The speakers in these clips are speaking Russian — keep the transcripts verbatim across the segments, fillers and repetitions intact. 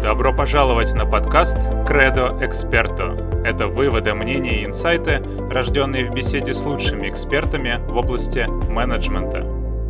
Добро пожаловать на подкаст «Кредо Эксперто». Это выводы, мнения и инсайты, рожденные в беседе с лучшими экспертами в области менеджмента.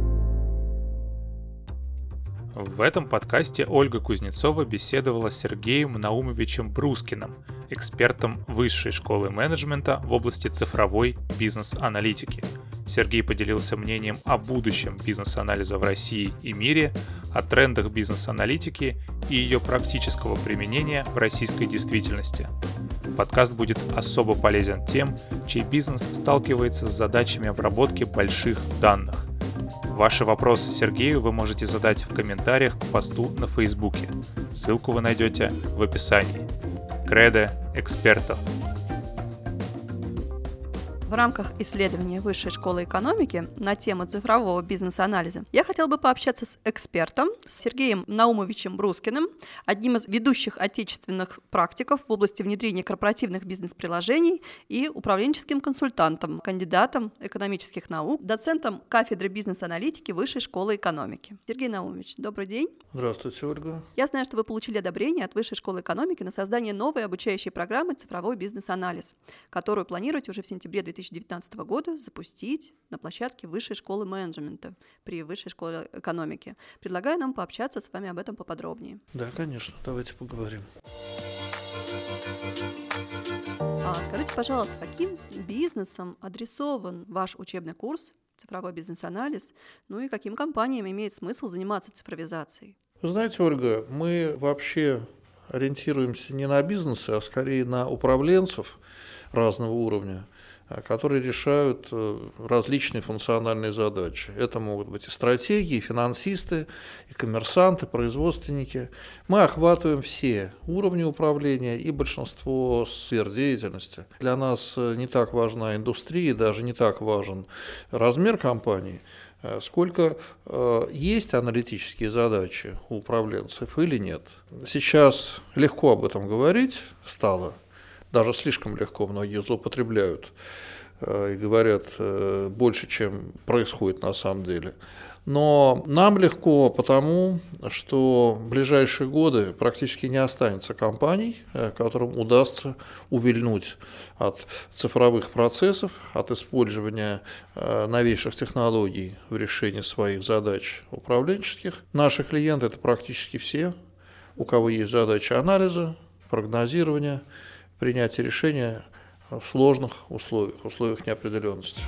В этом подкасте Ольга Кузнецова беседовала с Сергеем Наумовичем Брускиным, экспертом Высшей школы менеджмента в области цифровой бизнес-аналитики. Сергей поделился мнением о будущем бизнес-анализа в России и мире, о трендах бизнес-аналитики и ее практического применения в российской действительности. Подкаст будет особо полезен тем, чей бизнес сталкивается с задачами обработки больших данных. Ваши вопросы Сергею вы можете задать в комментариях к посту на Фейсбуке. Ссылку вы найдете в описании. Кредо Эксперто. В рамках исследования Высшей школы экономики на тему цифрового бизнес-анализа я хотела бы пообщаться с экспертом, с Сергеем Наумовичем Брускиным, одним из ведущих отечественных практиков в области внедрения корпоративных бизнес-приложений и управленческим консультантом, кандидатом экономических наук, доцентом кафедры бизнес-аналитики Высшей школы экономики. Сергей Наумович, добрый день. Здравствуйте, Ольга. Я знаю, что вы получили одобрение от Высшей школы экономики на создание новой обучающей программы «Цифровой бизнес-анализ», которую планируете уже в сентябре две тысячи девятнадцатого года запустить на площадке Высшей школы менеджмента при Высшей школе экономики. Предлагаю нам пообщаться с вами об этом поподробнее. Да, конечно, давайте поговорим. А скажите, пожалуйста, каким бизнесом адресован ваш учебный курс «Цифровой бизнес-анализ», ну и каким компаниям имеет смысл заниматься цифровизацией? Вы знаете, Ольга, мы вообще ориентируемся не на бизнесы, а скорее на управленцев разного уровня, которые решают различные функциональные задачи. Это могут быть и стратегии, и финансисты, и коммерсанты, производственники. Мы охватываем все уровни управления и большинство сфер деятельности. Для нас не так важна индустрия, даже не так важен размер компании, сколько э, есть аналитические задачи у управленцев или нет. Сейчас легко об этом говорить стало. Даже слишком легко, многие злоупотребляют э, и говорят э, больше, чем происходит на самом деле. Но нам легко потому, что в ближайшие годы практически не останется компаний, э, которым удастся увильнуть от цифровых процессов, от использования э, новейших технологий в решении своих задач управленческих. Наши клиенты – это практически все, у кого есть задача анализа, прогнозирования, принятие решения в сложных условиях, условиях неопределенности.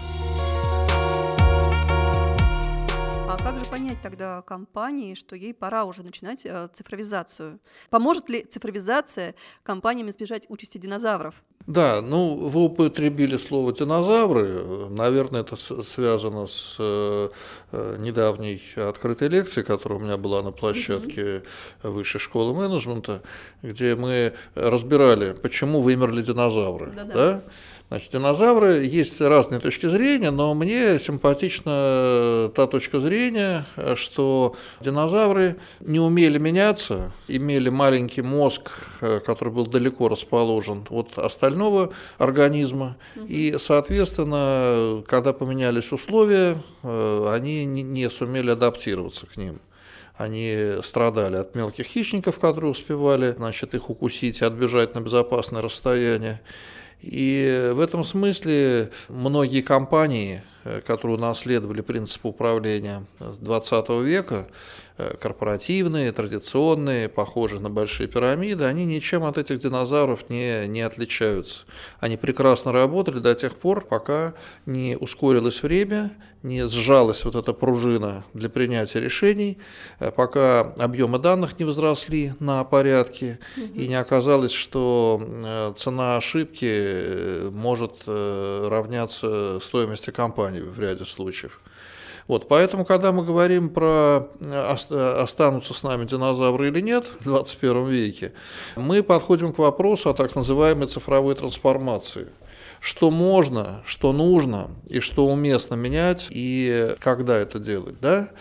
А как же понять тогда компании, что ей пора уже начинать э, цифровизацию? Поможет ли цифровизация компаниям избежать участи динозавров? Да, ну вы употребили слово «динозавры». Наверное, это связано с э, недавней открытой лекцией, которая у меня была на площадке mm-hmm. Высшей школы менеджмента, где мы разбирали, почему вымерли динозавры. Да-да. Да? Значит, динозавры, есть разные точки зрения, но мне симпатична та точка зрения, что динозавры не умели меняться, имели маленький мозг, который был далеко расположен от остального организма, угу. и, соответственно, когда поменялись условия, они не сумели адаптироваться к ним. Они страдали от мелких хищников, которые успевали, значит, их укусить и отбежать на безопасное расстояние. И в этом смысле многие компании, которые унаследовали принципы управления с двадцатого века, корпоративные, традиционные, похожие на большие пирамиды, они ничем от этих динозавров не, не отличаются. Они прекрасно работали до тех пор, пока не ускорилось время, не сжалась вот эта пружина для принятия решений, пока объемы данных не возросли на порядки, угу. и не оказалось, что цена ошибки может равняться стоимости компании в ряде случаев. Вот, поэтому, когда мы говорим про останутся с нами динозавры или нет в двадцать первом веке, мы подходим к вопросу о так называемой цифровой трансформации. Что можно, что нужно и что уместно менять и когда это делать. Да?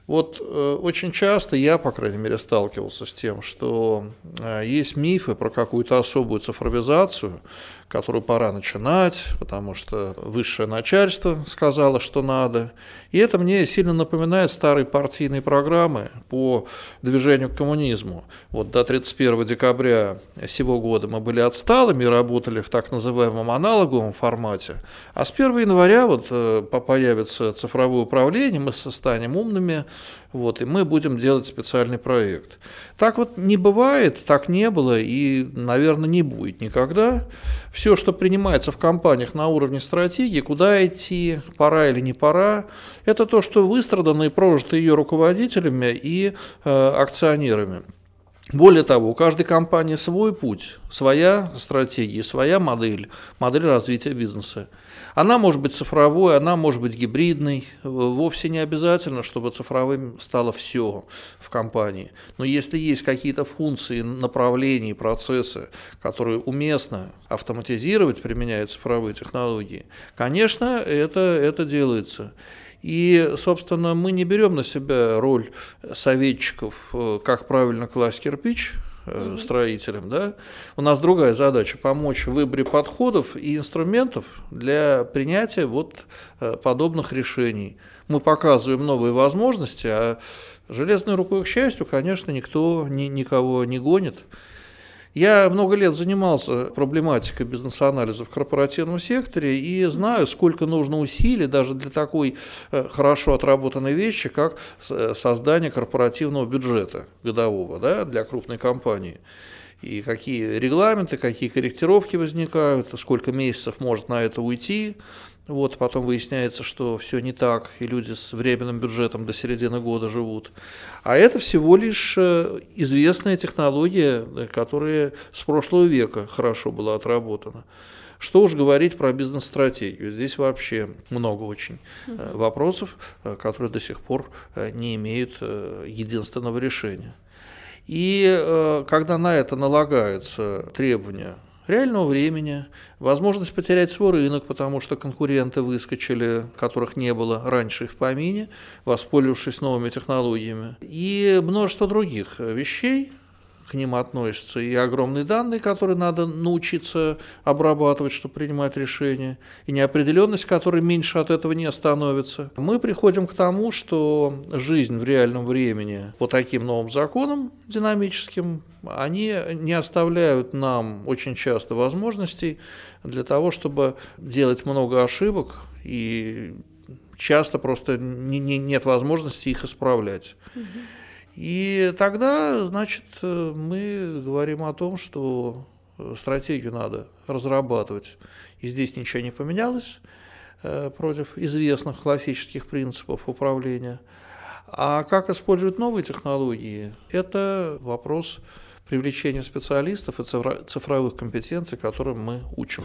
Вот э, очень часто я, по крайней мере, сталкивался с тем, что э, есть мифы про какую-то особую цифровизацию, которую пора начинать, потому что высшее начальство сказало, что надо. И это мне сильно напоминает старые партийные программы по движению к коммунизму. Вот до тридцать первого декабря сего года мы были отсталыми и работали в так называемом аналоговом формате, а с первого января вот э, появится цифровое управление, мы станем умными, вот, и мы будем делать специальный проект. Так вот не бывает, так не было и, наверное, не будет никогда. Все, что принимается в компаниях на уровне стратегии, куда идти, пора или не пора, это то, что выстрадано и прожито ее руководителями и э, акционерами. Более того, у каждой компании свой путь, своя стратегия, своя модель, модель развития бизнеса. Она может быть цифровой, она может быть гибридной. Вовсе не обязательно, чтобы цифровым стало все в компании. Но если есть какие-то функции, направления, процессы, которые уместно автоматизировать, применяя цифровые технологии, конечно, это, это делается. И, собственно, мы не берем на себя роль советчиков, как правильно класть кирпич угу. строителям. Да? У нас другая задача – помочь в выборе подходов и инструментов для принятия вот подобных решений. Мы показываем новые возможности, а железной рукой, к счастью, конечно, никто ни, никого не гонит. Я много лет занимался проблематикой бизнес-анализа в корпоративном секторе и знаю, сколько нужно усилий даже для такой хорошо отработанной вещи, как создание корпоративного бюджета годового, да, для крупной компании. И какие регламенты, какие корректировки возникают, сколько месяцев может на это уйти. Вот, потом выясняется, что все не так, и люди с временным бюджетом до середины года живут. А это всего лишь известная технология, которая с прошлого века хорошо была отработана. Что уж говорить про бизнес-стратегию. Здесь вообще много очень uh-huh. вопросов, которые до сих пор не имеют единственного решения. И когда на это налагаются требования реального времени, возможность потерять свой рынок, потому что конкуренты выскочили, которых не было раньше в помине, воспользовавшись новыми технологиями, и множество других вещей к ним относятся, и огромные данные, которые надо научиться обрабатывать, чтобы принимать решения, и неопределенность, которая меньше от этого не становится. Мы приходим к тому, что жизнь в реальном времени по таким новым законам динамическим, они не оставляют нам очень часто возможностей для того, чтобы делать много ошибок, и часто просто не, не, нет возможности их исправлять. Угу. И тогда, значит, мы говорим о том, что стратегию надо разрабатывать, и здесь ничего не поменялось против известных классических принципов управления. А как использовать новые технологии – это вопрос привлечения специалистов и цифровых компетенций, которым мы учим.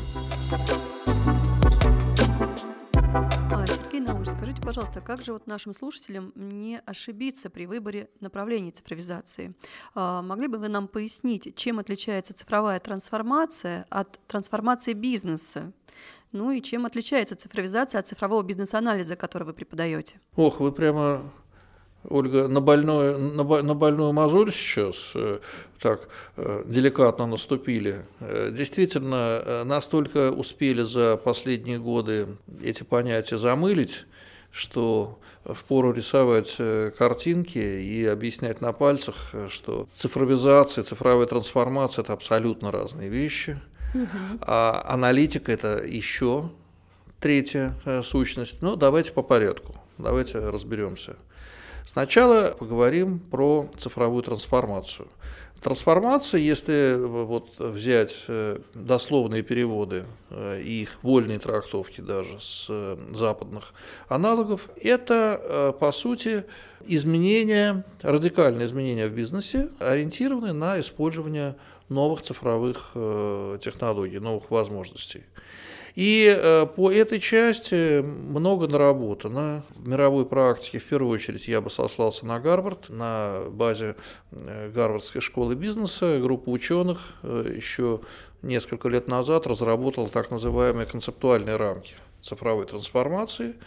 Скажите, пожалуйста, как же вот нашим слушателям не ошибиться при выборе направлений цифровизации? А, могли бы вы нам пояснить, чем отличается цифровая трансформация от трансформации бизнеса? Ну и чем отличается цифровизация от цифрового бизнес-анализа, который вы преподаете? Ох, вы прямо, Ольга, на больную, на, на больную мозоль сейчас э, так э, деликатно наступили. Э, действительно, э, настолько успели за последние годы эти понятия замылить, что впору рисовать картинки и объяснять на пальцах, что цифровизация, цифровая трансформация – это абсолютно разные вещи, угу. а аналитика – это еще третья сущность. Но давайте по порядку, давайте разберемся. Сначала поговорим про цифровую трансформацию. Трансформация, если вот взять дословные переводы и их вольные трактовки даже с западных аналогов, это, по сути, изменения, радикальные изменения в бизнесе, ориентированные на использование новых цифровых технологий, новых возможностей. И по этой части много наработано. В мировой практике, в первую очередь, я бы сослался на Гарвард, на базе Гарвардской школы бизнеса. Группа ученых еще несколько лет назад разработала так называемые концептуальные рамки цифровой трансформации.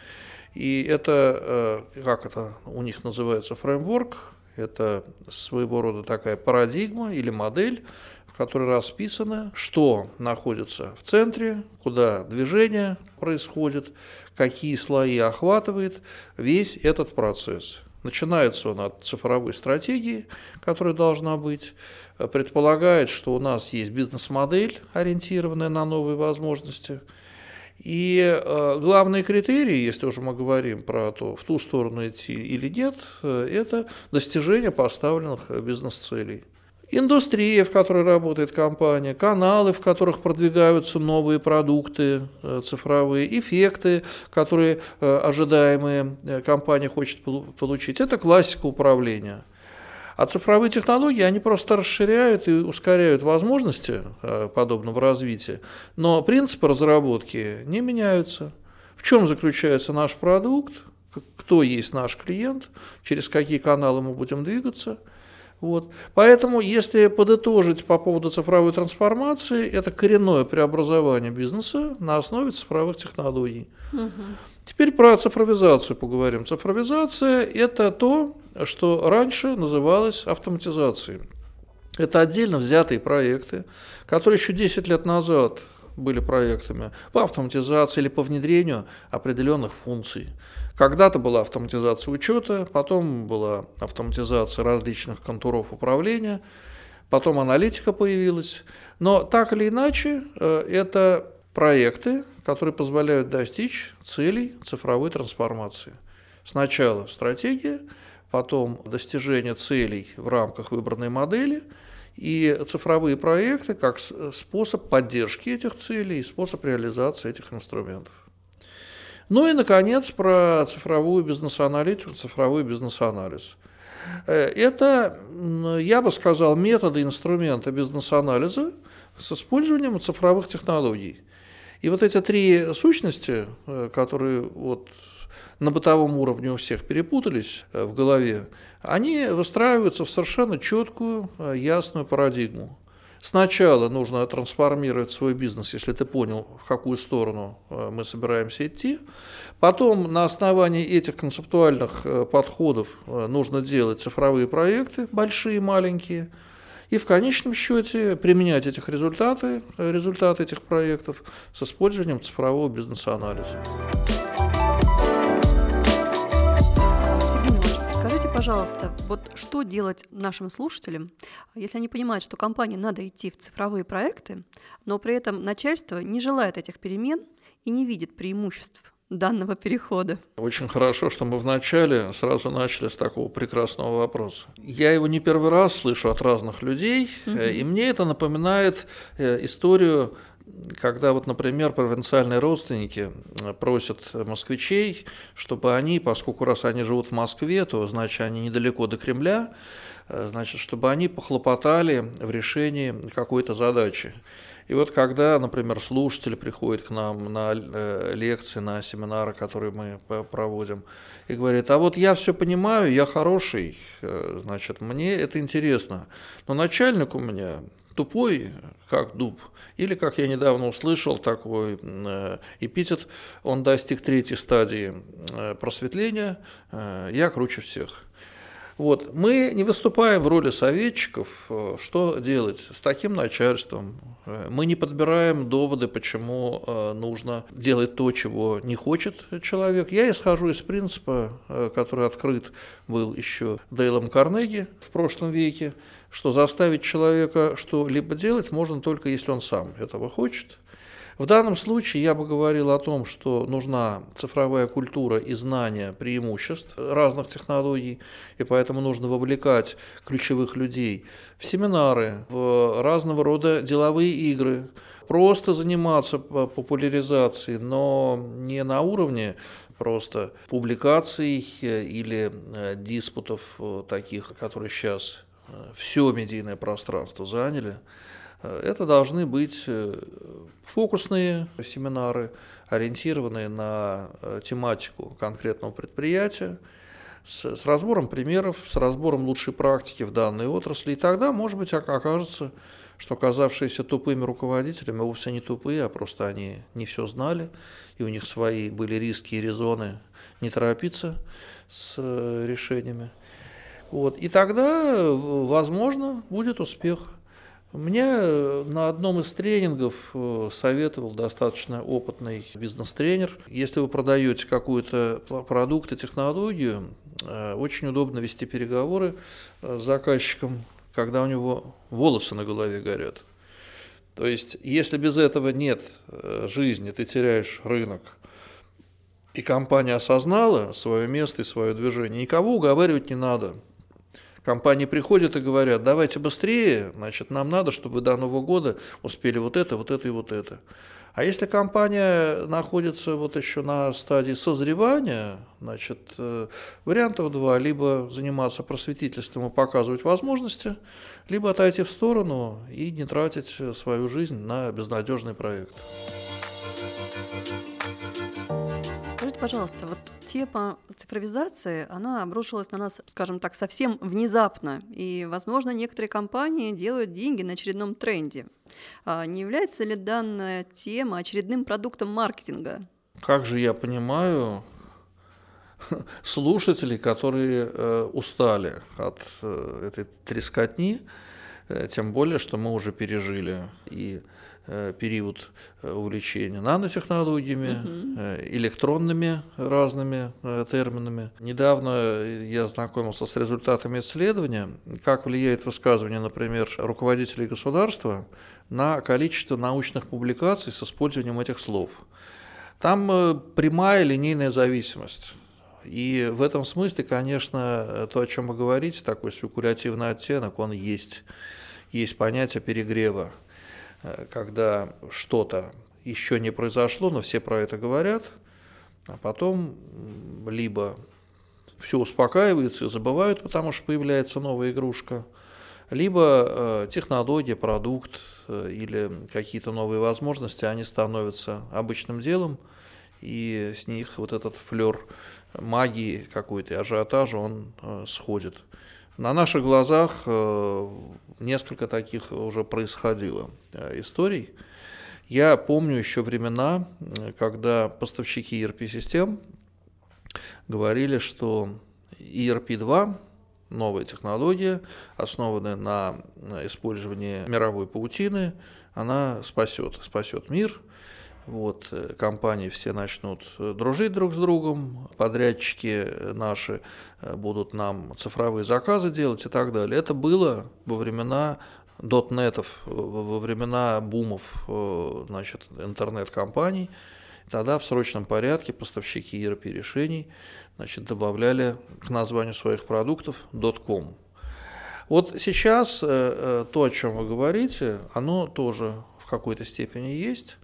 И это, как это у них называется, фреймворк, это своего рода такая парадигма или модель, в которой расписано, что находится в центре, куда движение происходит, какие слои охватывает весь этот процесс. Начинается он от цифровой стратегии, которая должна быть, предполагает, что у нас есть бизнес-модель, ориентированная на новые возможности. И э, главные критерии, если уже мы говорим про то, в ту сторону идти или нет, э, это достижение поставленных бизнес-целей. Индустрия, в которой работает компания, каналы, в которых продвигаются новые продукты э, цифровые, эффекты, которые э, ожидаемые э, компания хочет получить. Это классика управления. А цифровые технологии, они просто расширяют и ускоряют возможности э, подобного развития, но принципы разработки не меняются. В чем заключается наш продукт, кто есть наш клиент, через какие каналы мы будем двигаться. Вот. Поэтому, если подытожить по поводу цифровой трансформации, это коренное преобразование бизнеса на основе цифровых технологий. Угу. Теперь про цифровизацию поговорим. Цифровизация – это то, что раньше называлось автоматизацией. Это отдельно взятые проекты, которые еще десять лет назад были проектами по автоматизации или по внедрению определенных функций. Когда-то была автоматизация учета, потом была автоматизация различных контуров управления, потом аналитика появилась. Но так или иначе, это проекты, которые позволяют достичь целей цифровой трансформации. Сначала стратегия, потом достижение целей в рамках выбранной модели и цифровые проекты как способ поддержки этих целей и способ реализации этих инструментов. Ну и, наконец, про цифровую бизнес-аналитику, цифровой бизнес-анализ. Это, я бы сказал, методы, инструменты бизнес-анализа с использованием цифровых технологий. И вот эти три сущности, которые вот на бытовом уровне у всех перепутались в голове, они выстраиваются в совершенно четкую, ясную парадигму. Сначала нужно трансформировать свой бизнес, если ты понял, в какую сторону мы собираемся идти. Потом на основании этих концептуальных подходов нужно делать цифровые проекты, большие и маленькие. И в конечном счете применять этих результаты, результаты этих проектов с использованием цифрового бизнес-анализа. Скажите, пожалуйста, вот что делать нашим слушателям, если они понимают, что компании надо идти в цифровые проекты, но при этом начальство не желает этих перемен и не видит преимуществ данного перехода? Очень хорошо, что мы вначале сразу начали с такого прекрасного вопроса. Я его не первый раз слышу от разных людей, угу. и мне это напоминает историю, когда вот, например, провинциальные родственники просят москвичей, чтобы они, поскольку раз они живут в Москве, то значит они недалеко до Кремля, значит, чтобы они похлопотали в решении какой-то задачи. И вот когда, например, слушатели приходят к нам на лекции, на семинары, которые мы проводим, и говорят: а вот я все понимаю, я хороший, значит, мне это интересно, но начальник у меня тупой, как дуб, или, как я недавно услышал, такой эпитет, он достиг третьей стадии просветления, я круче всех. Вот. Мы не выступаем в роли советчиков, что делать с таким начальством. Мы не подбираем доводы, почему нужно делать то, чего не хочет человек. Я исхожу из принципа, который открыт был еще Дейлом Карнеги в прошлом веке, что заставить человека что-либо делать можно только если он сам этого хочет. В данном случае я бы говорил о том, что нужна цифровая культура и знание преимуществ разных технологий, и поэтому нужно вовлекать ключевых людей в семинары, в разного рода деловые игры, просто заниматься популяризацией, но не на уровне просто публикаций или диспутов таких, которые сейчас все медийное пространство заняли. Это должны быть фокусные семинары, ориентированные на тематику конкретного предприятия, с, с разбором примеров, с разбором лучшей практики в данной отрасли. И тогда, может быть, окажется, что оказавшиеся тупыми руководителями вовсе не тупые, а просто они не все знали, и у них свои были риски и резоны не торопиться с решениями. Вот. И тогда, возможно, будет успех. Мне на одном из тренингов советовал достаточно опытный бизнес-тренер. Если вы продаете какой-то продукт и технологию, очень удобно вести переговоры с заказчиком, когда у него волосы на голове горят. То есть, если без этого нет жизни, ты теряешь рынок, и компания осознала свое место и свое движение, никого уговаривать не надо. Компании приходят и говорят: давайте быстрее, значит, нам надо, чтобы до Нового года успели вот это, вот это и вот это. А если компания находится вот еще на стадии созревания, значит, вариантов два: либо заниматься просветительством и показывать возможности, либо отойти в сторону и не тратить свою жизнь на безнадежный проект. Скажите, пожалуйста, вот тема цифровизации, она обрушилась на нас, скажем так, совсем внезапно. И, возможно, некоторые компании делают деньги на очередном тренде. А не является ли данная тема очередным продуктом маркетинга? Как же я понимаю слушателей, которые э, устали от э, этой трескотни, э, тем более, что мы уже пережили и период увлечения нанотехнологиями, uh-huh. электронными разными терминами. Недавно я знакомился с результатами исследования, как влияет высказывание, например, руководителей государства на количество научных публикаций с использованием этих слов. Там прямая линейная зависимость. И в этом смысле, конечно, то, о чем вы говорите, такой спекулятивный оттенок, он есть. Есть понятие перегрева, когда что-то еще не произошло, но все про это говорят, а потом либо все успокаивается и забывают, потому что появляется новая игрушка, либо технология, продукт или какие-то новые возможности, они становятся обычным делом, и с них вот этот флер магии какой-то, ажиотажа, он сходит. На наших глазах несколько таких уже происходило историй. Я помню еще времена, когда поставщики и эр пи-систем говорили, что и эр пи два, новая технология, основанная на использовании мировой паутины, она спасет, спасет мир. Вот, компании все начнут дружить друг с другом, подрядчики наши будут нам цифровые заказы делать и так далее. Это было во времена дотнетов, во времена бумов, значит, интернет-компаний. Тогда в срочном порядке поставщики и эр пи-решений, значит, добавляли к названию своих продуктов .com. Вот сейчас то, о чем вы говорите, оно тоже в какой-то степени есть.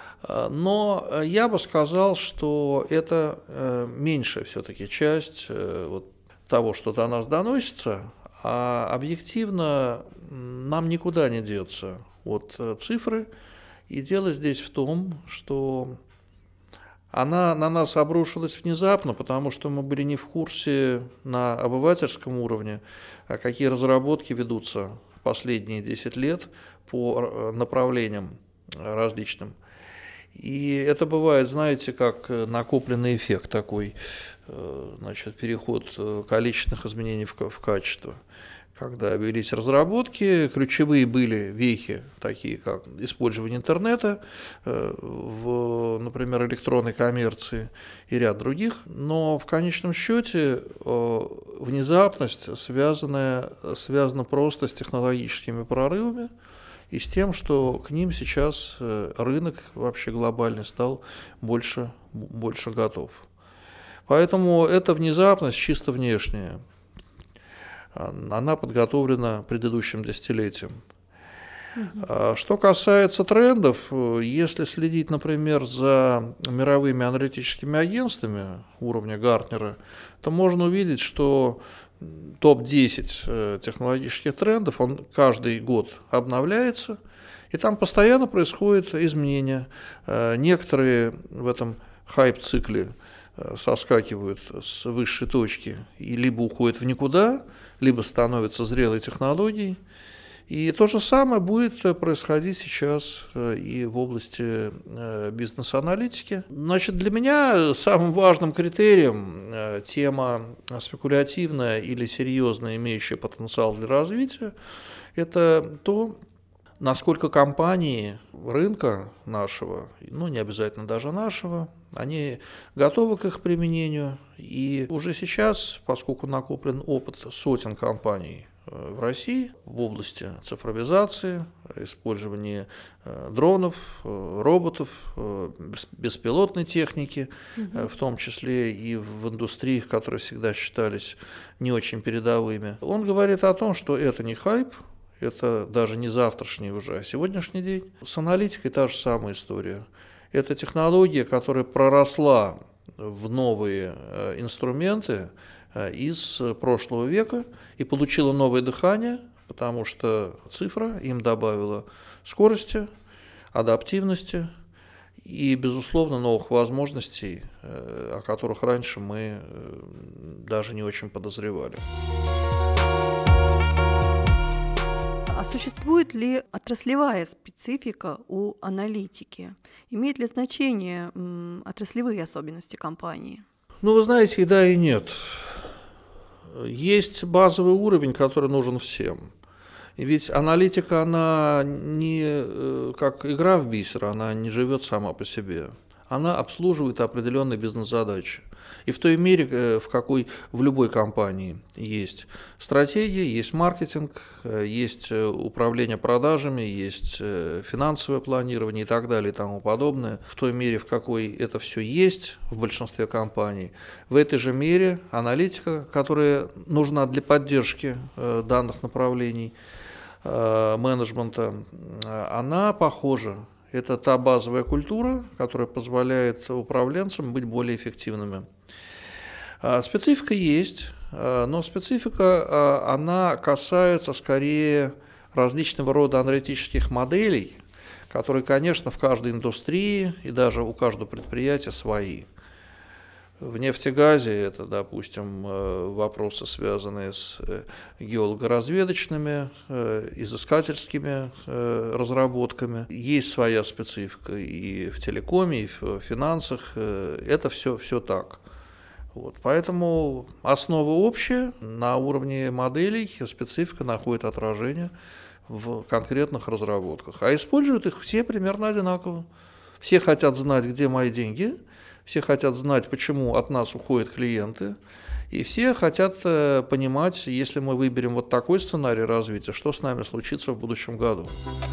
Но я бы сказал, что это меньшая все-таки часть вот того, что до нас доносится, а объективно нам никуда не деться от цифры. И дело здесь в том, что она на нас обрушилась внезапно, потому что мы были не в курсе на обывательском уровне, какие разработки ведутся в последние десять лет по направлениям различным. И это бывает, знаете, как накопленный эффект такой, значит, переход количественных изменений в, в качество. Когда велись разработки, ключевые были вехи, такие как использование интернета, в, например, электронной коммерции и ряд других, но в конечном счете внезапность связана, связана просто с технологическими прорывами, и с тем, что к ним сейчас рынок вообще глобальный стал больше, больше готов. Поэтому эта внезапность чисто внешняя, она подготовлена предыдущим десятилетием. Угу. Что касается трендов, если следить, например, за мировыми аналитическими агентствами уровня Гартнера, то можно увидеть, что топ десять технологических трендов, он каждый год обновляется, и там постоянно происходят изменения. Некоторые в этом хайп-цикле соскакивают с высшей точки и либо уходят в никуда, либо становятся зрелой технологией. И то же самое будет происходить сейчас и в области бизнес-аналитики. Значит, для меня самым важным критерием тема спекулятивная или серьезная, имеющая потенциал для развития, это то, насколько компании рынка нашего, ну не обязательно даже нашего, они готовы к их применению. И уже сейчас, поскольку накоплен опыт сотен компаний в России в области цифровизации, использования дронов, роботов, беспилотной техники, угу. в том числе и в индустриях, которые всегда считались не очень передовыми. Он говорит о том, что это не хайп, это даже не завтрашний уже, а сегодняшний день. С аналитикой та же самая история. Это технология, которая проросла в новые инструменты из прошлого века и получила новое дыхание, потому что цифра им добавила скорости, адаптивности и, безусловно, новых возможностей, о которых раньше мы даже не очень подозревали. А существует ли отраслевая специфика у аналитики? Имеют ли значение м, отраслевые особенности компании? Ну, вы знаете, и да, и нет. Есть базовый уровень, который нужен всем. И ведь аналитика, она не как игра в бисер, она не живет сама по себе. Она обслуживает определенные бизнес-задачи. И в той мере, в какой в любой компании есть стратегия, есть маркетинг, есть управление продажами, есть финансовое планирование и так далее и тому подобное, в той мере, в какой это все есть в большинстве компаний, в этой же мере аналитика, которая нужна для поддержки данных направлений менеджмента, она похожа. Это та базовая культура, которая позволяет управленцам быть более эффективными. Специфика есть, но специфика, она касается скорее различного рода аналитических моделей, которые, конечно, в каждой индустрии и даже у каждого предприятия свои. В нефтегазе это, допустим, вопросы, связанные с геолого-разведочными, изыскательскими разработками. Есть своя специфика и в телекоме, и в финансах. Это все, все так. Вот. Поэтому основа общая, на уровне моделей специфика находит отражение в конкретных разработках. А используют их все примерно одинаково. Все хотят знать, где мои деньги, все хотят знать, почему от нас уходят клиенты, и все хотят понимать, если мы выберем вот такой сценарий развития, что с нами случится в будущем году.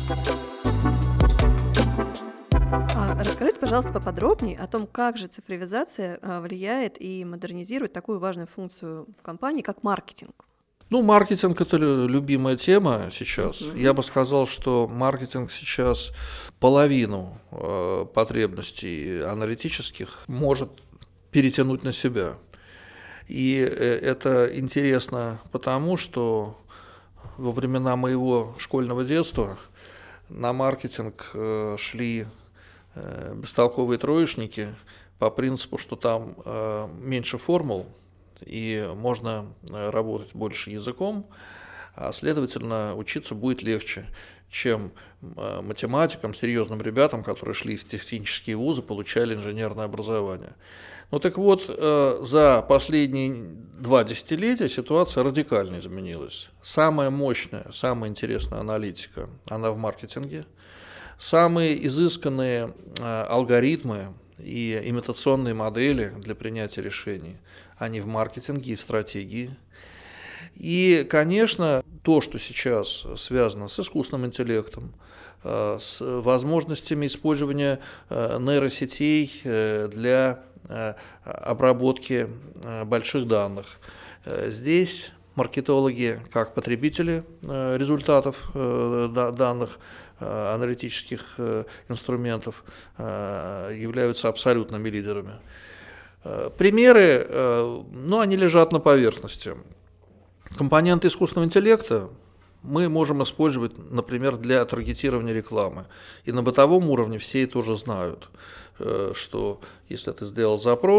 Расскажите, пожалуйста, поподробнее о том, как же цифровизация влияет и модернизирует такую важную функцию в компании, как маркетинг. Ну, маркетинг – это любимая тема сейчас. Mm-hmm. Я бы сказал, что маркетинг сейчас половину э, потребностей аналитических может перетянуть на себя. И это интересно потому, что во времена моего школьного детства на маркетинг э, шли э, бестолковые троечники по принципу, что там э, меньше формул, и можно работать больше языком, а следовательно, учиться будет легче, чем математикам, серьезным ребятам, которые шли в технические вузы, получали инженерное образование. Ну так вот, за последние два десятилетия ситуация радикально изменилась. Самая мощная, самая интересная аналитика, она в маркетинге. Самые изысканные алгоритмы и имитационные модели для принятия решений, они в маркетинге и в стратегии. И, конечно, то, что сейчас связано с искусственным интеллектом, с возможностями использования нейросетей для обработки больших данных. Здесь маркетологи, как потребители результатов данных аналитических инструментов, являются абсолютными лидерами. Примеры, ну, они лежат на поверхности. Компоненты искусственного интеллекта мы можем использовать, например, для таргетирования рекламы. И на бытовом уровне все это уже знают, что если ты сделал запрос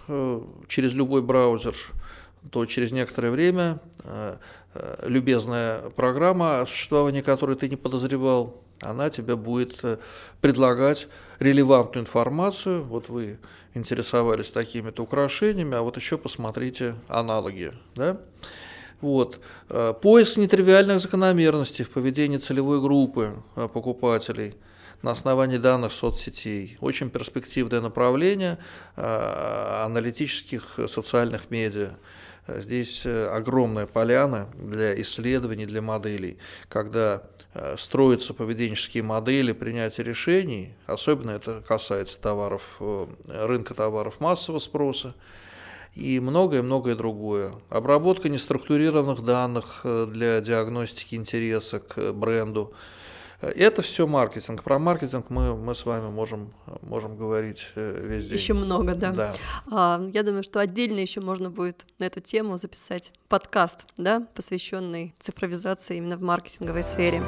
через любой браузер, то через некоторое время любезная программа, о существовании которой ты не подозревал, она тебе будет предлагать релевантную информацию. Вот вы интересовались такими-то украшениями, а вот еще посмотрите аналоги. Да? Вот. Поиск нетривиальных закономерностей в поведении целевой группы покупателей на основании данных соцсетей. Очень перспективное направление аналитических социальных медиа. Здесь огромная поляна для исследований, для моделей, когда строятся поведенческие модели принятия решений, особенно это касается товаров, рынка товаров массового спроса, и многое-многое другое. Обработка неструктурированных данных для диагностики интереса к бренду. Это все маркетинг. Про маркетинг мы, мы с вами можем, можем говорить весь день. Еще много, да. да. А, я думаю, что отдельно еще можно будет на эту тему записать подкаст, да, посвященный цифровизации именно в маркетинговой сфере.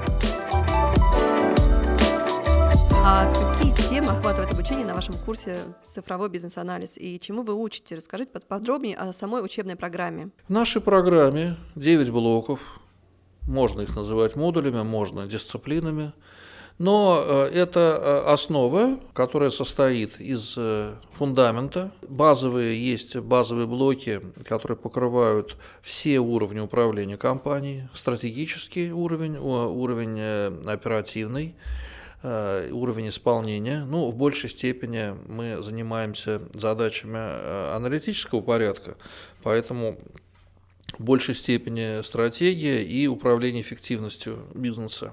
А какие темы охватывает обучение на вашем курсе «Цифровой бизнес-анализ» и чему вы учите? Расскажите подробнее о самой учебной программе. В нашей программе девять блоков. Можно их называть модулями, можно дисциплинами. Но это основа, которая состоит из фундамента. Базовые есть базовые блоки, которые покрывают все уровни управления компанией. Стратегический уровень, уровень оперативный, уровень исполнения. Ну, в большей степени мы занимаемся задачами аналитического порядка, поэтому в большей степени стратегия и управление эффективностью бизнеса.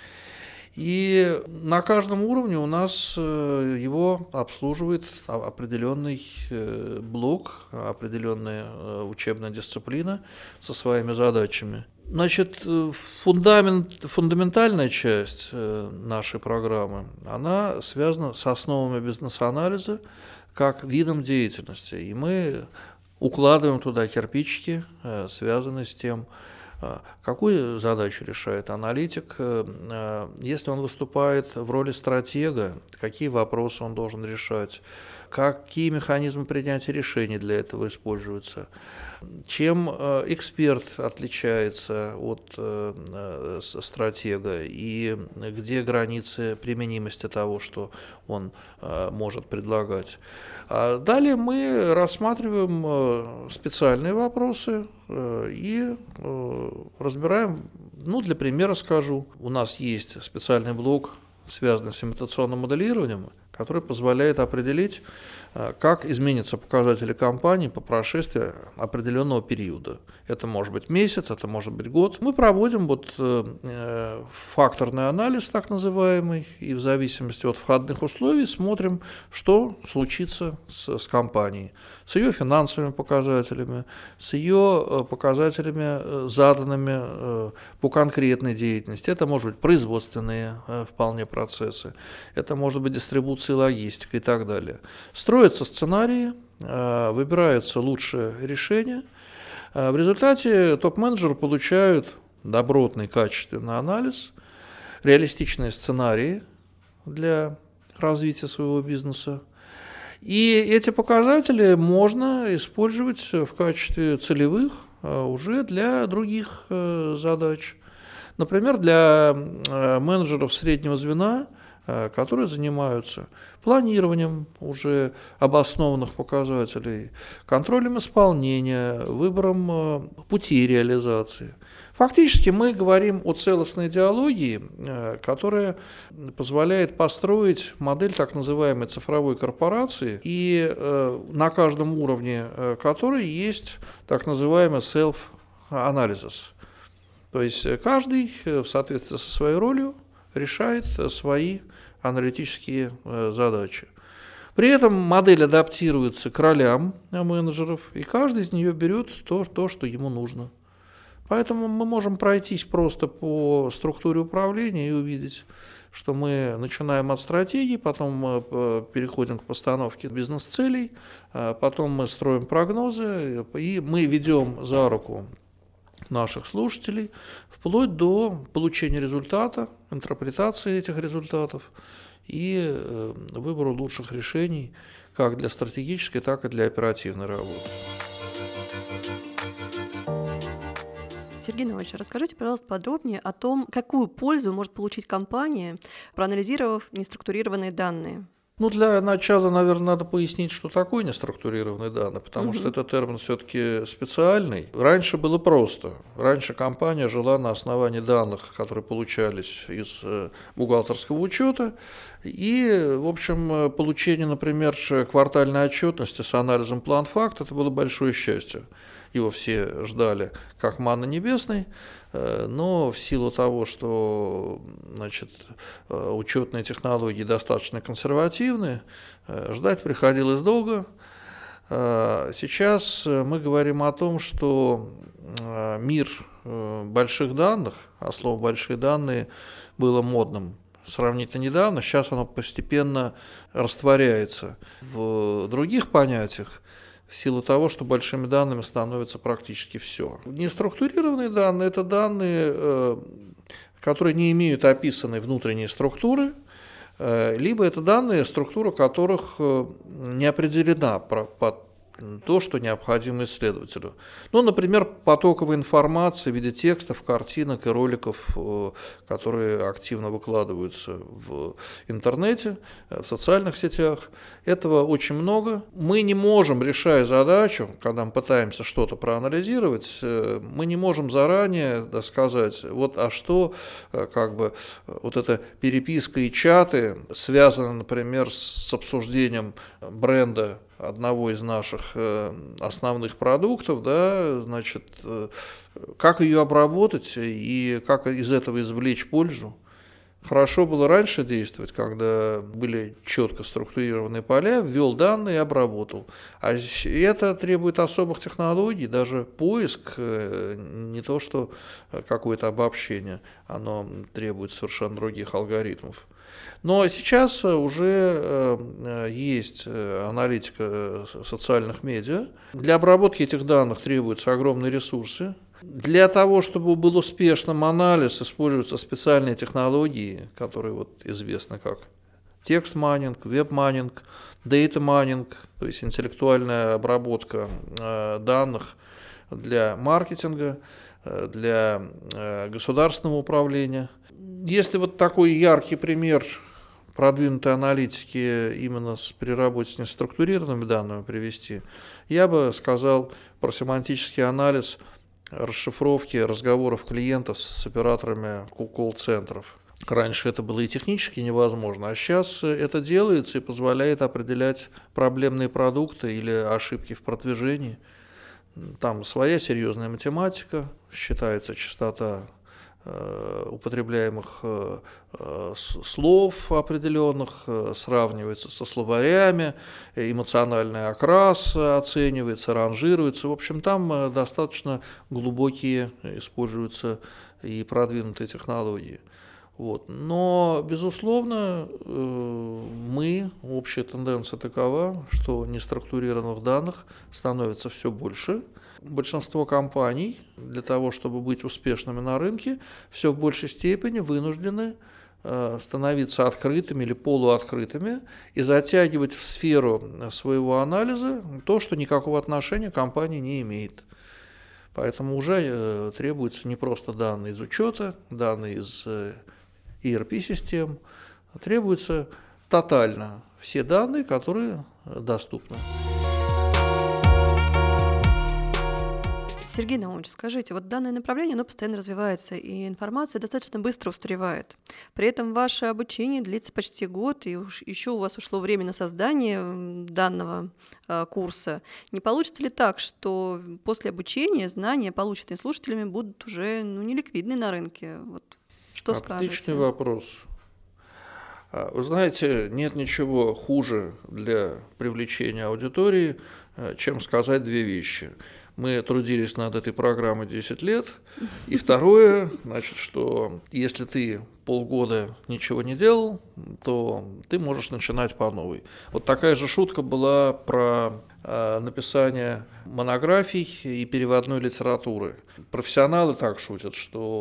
И на каждом уровне у нас его обслуживает определенный блок, определенная учебная дисциплина со своими задачами. Значит, фундамент, фундаментальная часть нашей программы, она связана с основами бизнес-анализа как видом деятельности. И мы укладываем туда кирпичики, связанные с тем, какую задачу решает аналитик, если он выступает в роли стратега, какие вопросы он должен решать, какие механизмы принятия решений для этого используются, чем эксперт отличается от стратега и где границы применимости того, что он может предлагать. Далее мы рассматриваем специальные вопросы и разбираем, ну, для примера скажу, у нас есть специальный блок, связанный с имитационным моделированием, который позволяет определить, как изменятся показатели компании по прошествии определенного периода. Это может быть месяц, это может быть год. Мы проводим вот факторный анализ, так называемый, и в зависимости от входных условий смотрим, что случится с, с компанией, с ее финансовыми показателями, с ее показателями, заданными по конкретной деятельности. Это может быть производственные вполне процессы, это может быть дистрибуция, логистика и так далее. Строятся сценарии, выбирается лучшее решение. В результате топ-менеджеры получают добротный, качественный анализ, реалистичные сценарии для развития своего бизнеса. И эти показатели можно использовать в качестве целевых уже для других задач. Например, для менеджеров среднего звена, которые занимаются планированием уже обоснованных показателей, контролем исполнения, выбором путей реализации. Фактически мы говорим о целостной идеологии, которая позволяет построить модель так называемой цифровой корпорации, и на каждом уровне которой есть так называемый self-analysis. То есть каждый в соответствии со своей ролью решает свои аналитические задачи. При этом модель адаптируется к ролям менеджеров, и каждый из нее берет то, то, что ему нужно. Поэтому мы можем пройтись просто по структуре управления и увидеть, что мы начинаем от стратегии, потом мы переходим к постановке бизнес-целей, потом мы строим прогнозы, и мы ведем за руку наших слушателей вплоть до получения результата, интерпретации этих результатов и выбора лучших решений, как для стратегической, так и для оперативной работы. Сергей Наумович, расскажите, пожалуйста, подробнее о том, какую пользу может получить компания, проанализировав неструктурированные данные. Ну, для начала, наверное, надо пояснить, что такое неструктурированные данные, потому угу. что этот термин все-таки специальный. Раньше было просто. Раньше компания жила на основании данных, которые получались из бухгалтерского учета, и, в общем, получение, например, квартальной отчетности с анализом план-факт – это было большое счастье. Его все ждали как манна небесной, но в силу того, что, значит, учетные технологии достаточно консервативны, ждать приходилось долго. Сейчас мы говорим о том, что мир больших данных, а слово «большие данные» было модным сравнительно недавно, сейчас оно постепенно растворяется в других понятиях, в силу того, что большими данными становится практически все. Неструктурированные данные – это данные, которые не имеют описанной внутренней структуры, либо это данные, структура которых не определена под то, что необходимо исследователю. Ну, например, потоковая информация в виде текстов, картинок и роликов, которые активно выкладываются в интернете, в социальных сетях. Этого очень много. Мы не можем, решая задачу, когда мы пытаемся что-то проанализировать, мы не можем заранее сказать, вот, а что, как бы, вот эта переписка и чаты связаны, например, с обсуждением бренда одного из наших основных продуктов, да, значит, как ее обработать и как из этого извлечь пользу. Хорошо было раньше действовать, когда были четко структурированные поля, ввел данные и обработал. А это требует особых технологий, даже поиск, не то что какое-то обобщение, оно требует совершенно других алгоритмов. Но сейчас уже есть аналитика социальных медиа. Для обработки этих данных требуются огромные ресурсы. Для того, чтобы был успешным анализ, используются специальные технологии, которые вот известны как текст-майнинг, веб-майнинг, дейта-майнинг, то есть интеллектуальная обработка данных для маркетинга, для государственного управления. Если вот такой яркий пример продвинутой аналитики именно с переработкой с неструктурированными данными привести, я бы сказал про семантический анализ расшифровки разговоров клиентов с операторами колл-центров. Раньше это было и технически невозможно, а сейчас это делается и позволяет определять проблемные продукты или ошибки в продвижении. Там своя серьезная математика, считается частота употребляемых слов определенных, сравнивается со словарями, эмоциональный окрас оценивается, ранжируется. В общем, там достаточно глубокие используются и продвинутые технологии. Вот. Но, безусловно, мы, общая тенденция такова, что неструктурированных данных становится все больше. Большинство компаний для того, чтобы быть успешными на рынке, все в большей степени вынуждены становиться открытыми или полуоткрытыми и затягивать в сферу своего анализа то, что никакого отношения к компании не имеет. Поэтому уже требуются не просто данные из учета, данные из и эр пи-систем, а требуются тотально все данные, которые доступны. Сергей Наумович, скажите, вот данное направление, оно постоянно развивается, и информация достаточно быстро устаревает. При этом ваше обучение длится почти год, и уж еще у вас ушло время на создание данного э, курса. Не получится ли так, что после обучения знания, полученные слушателями, будут уже ну, неликвидны на рынке? Вот, что скажете? Отличный вопрос. Вы знаете, нет ничего хуже для привлечения аудитории, чем сказать две вещи. Мы трудились над этой программой десять лет. И второе, значит, что если ты полгода ничего не делал, то ты можешь начинать по новой. Вот такая же шутка была про э, написание монографий и переводной литературы. Профессионалы так шутят, что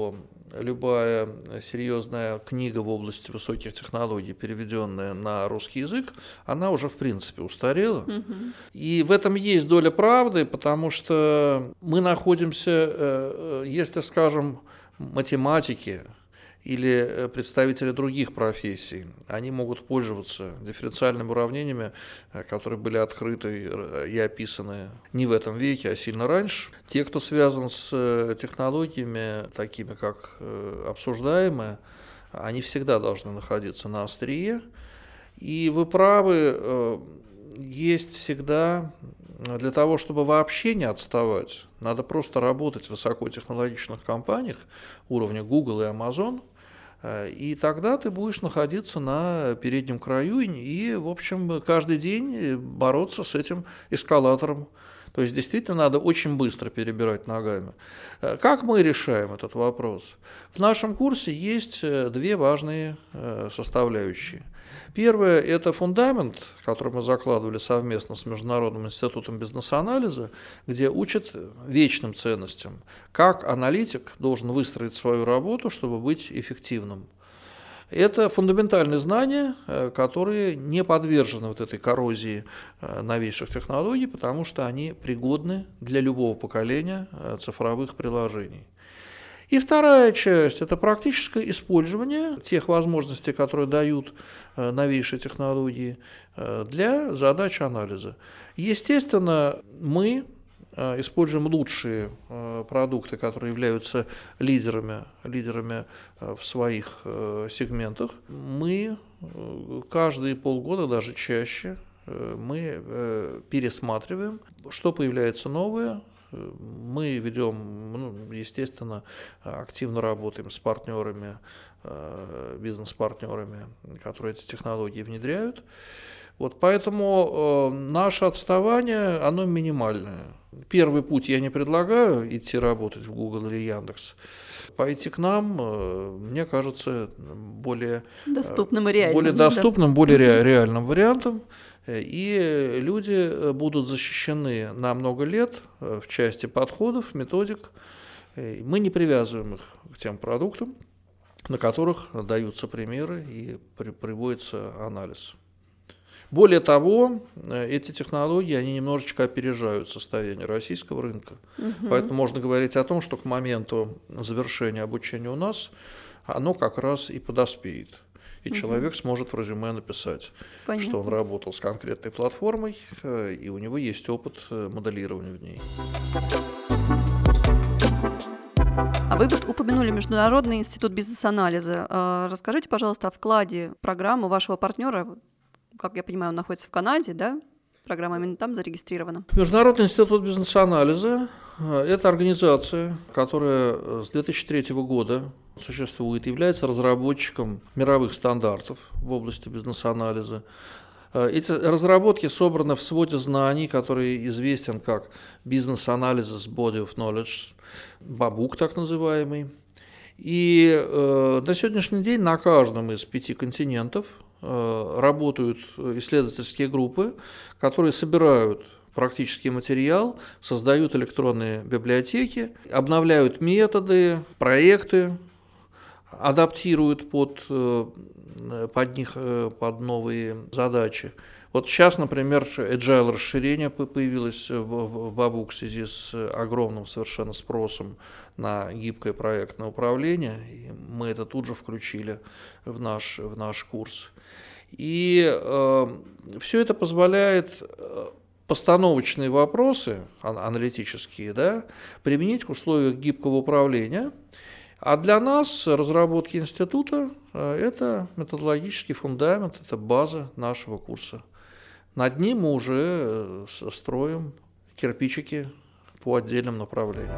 любая серьезная книга в области высоких технологий, переведенная на русский язык, она уже в принципе устарела. Угу. И в этом есть доля правды, потому что мы находимся, если, скажем, математики или представители других профессий, они могут пользоваться дифференциальными уравнениями, которые были открыты и описаны не в этом веке, а сильно раньше. Те, кто связан с технологиями, такими как обсуждаемые, они всегда должны находиться на острие. И вы правы, есть всегда... Для того, чтобы вообще не отставать, надо просто работать в высокотехнологичных компаниях уровня Google и Amazon, и тогда ты будешь находиться на переднем краю и, в общем, каждый день бороться с этим эскалатором. То есть действительно надо очень быстро перебирать ногами. Как мы решаем этот вопрос? В нашем курсе есть две важные составляющие. Первое – это фундамент, который мы закладывали совместно с Международным институтом бизнес-анализа, где учат вечным ценностям, как аналитик должен выстроить свою работу, чтобы быть эффективным. Это фундаментальные знания, которые не подвержены вот этой коррозии новейших технологий, потому что они пригодны для любого поколения цифровых приложений. И вторая часть – это практическое использование тех возможностей, которые дают новейшие технологии для задач анализа. Естественно, мы используем лучшие продукты, которые являются лидерами, лидерами в своих сегментах. Мы каждые полгода, даже чаще, мы пересматриваем, что появляется новое. Мы ведем, ну, естественно, активно работаем с партнерами, бизнес-партнерами, которые эти технологии внедряют. Вот поэтому наше отставание, оно минимальное. Первый путь я не предлагаю идти работать в Google или Яндекс. Пойти к нам, мне кажется, более доступным и реальным, более, доступным, да? более ре- реальным вариантом. И люди будут защищены на много лет в части подходов, методик. Мы не привязываем их к тем продуктам, на которых даются примеры и приводится анализ. Более того, эти технологии, они немножечко опережают состояние российского рынка. Угу. Поэтому можно говорить о том, что к моменту завершения обучения у нас оно как раз и подоспеет. И угу. человек сможет в резюме написать, Понятно. Что он работал с конкретной платформой, и у него есть опыт моделирования в ней. А вы вот упомянули Международный институт бизнес-анализа. Расскажите, пожалуйста, о вкладе программы вашего партнера. Как я понимаю, он находится в Канаде, да? Программа именно там зарегистрирована. Международный институт бизнес-анализа – это организация, которая с две тысячи третьего года существует, является разработчиком мировых стандартов в области бизнес-анализа. Эти разработки собраны в своде знаний, который известен как Business Analysis Body of Knowledge, бабук так называемый. И э, на сегодняшний день на каждом из пяти континентов э, работают исследовательские группы, которые собирают практический материал, создают электронные библиотеки, обновляют методы, проекты, адаптируют под, под них, под новые задачи. Вот сейчас, например, agile расширение появилось в бабук в связи с огромным совершенно спросом на гибкое проектное управление, и мы это тут же включили в наш, в наш курс. И э, все это позволяет постановочные вопросы аналитические, да, применить в условиях гибкого управления. А для нас разработки института – это методологический фундамент, это база нашего курса. Над ним мы уже строим кирпичики по отдельным направлениям.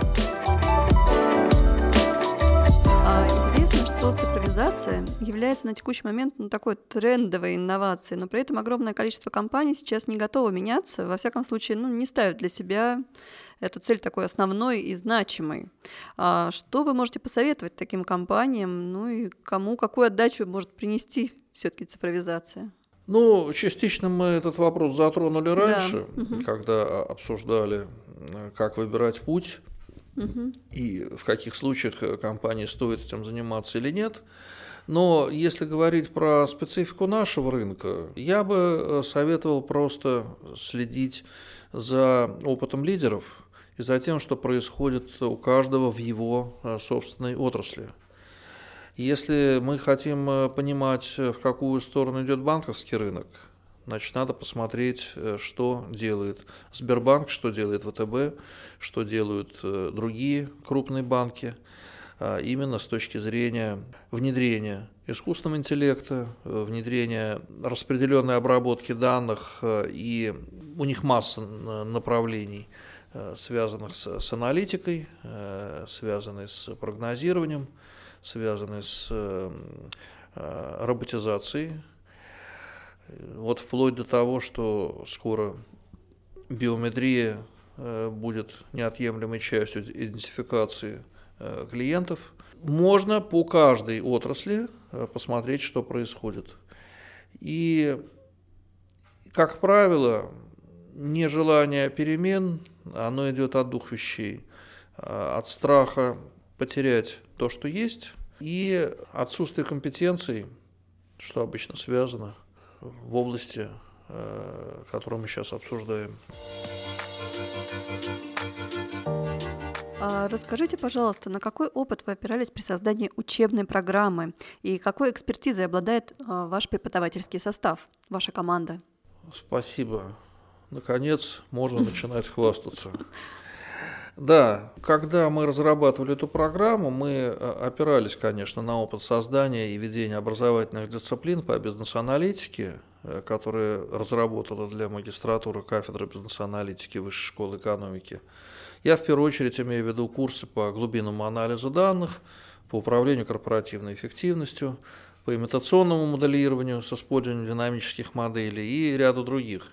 Известно, что цифровизация является на текущий момент ну, такой трендовой инновацией, но при этом огромное количество компаний сейчас не готово меняться, во всяком случае ну, не ставят для себя эту цель такой основной и значимой. А что вы можете посоветовать таким компаниям, ну и кому какую отдачу может принести все-таки цифровизация? Ну, частично мы этот вопрос затронули раньше, да. угу. когда обсуждали, как выбирать путь Угу. и в каких случаях компании стоит этим заниматься или нет. Но если говорить про специфику нашего рынка, я бы советовал просто следить за опытом лидеров и за тем, что происходит у каждого в его собственной отрасли. Если мы хотим понимать, в какую сторону идет банковский рынок, значит, надо посмотреть, что делает Сбербанк, что делает ВТБ, что делают другие крупные банки, именно с точки зрения внедрения искусственного интеллекта, внедрения распределенной обработки данных, и у них масса направлений, связанных с, с аналитикой, связанных с прогнозированием, связанных с роботизацией. Вот вплоть до того, что скоро биометрия будет неотъемлемой частью идентификации клиентов. Можно по каждой отрасли посмотреть, что происходит. И, как правило, нежелание перемен, оно идет от двух вещей. От страха потерять то, что есть, и отсутствие компетенций, что обычно связано в области, которую мы сейчас обсуждаем. Расскажите, пожалуйста, на какой опыт вы опирались при создании учебной программы и какой экспертизой обладает ваш преподавательский состав, ваша команда? Спасибо. Наконец, можно начинать хвастаться. Да, когда мы разрабатывали эту программу, мы опирались, конечно, на опыт создания и ведения образовательных дисциплин по бизнес-аналитике, которые разработала для магистратуры кафедра бизнес-аналитики Высшей школы экономики. Я в первую очередь имею в виду курсы по глубинному анализу данных, по управлению корпоративной эффективностью, по имитационному моделированию с использованием динамических моделей и ряду других.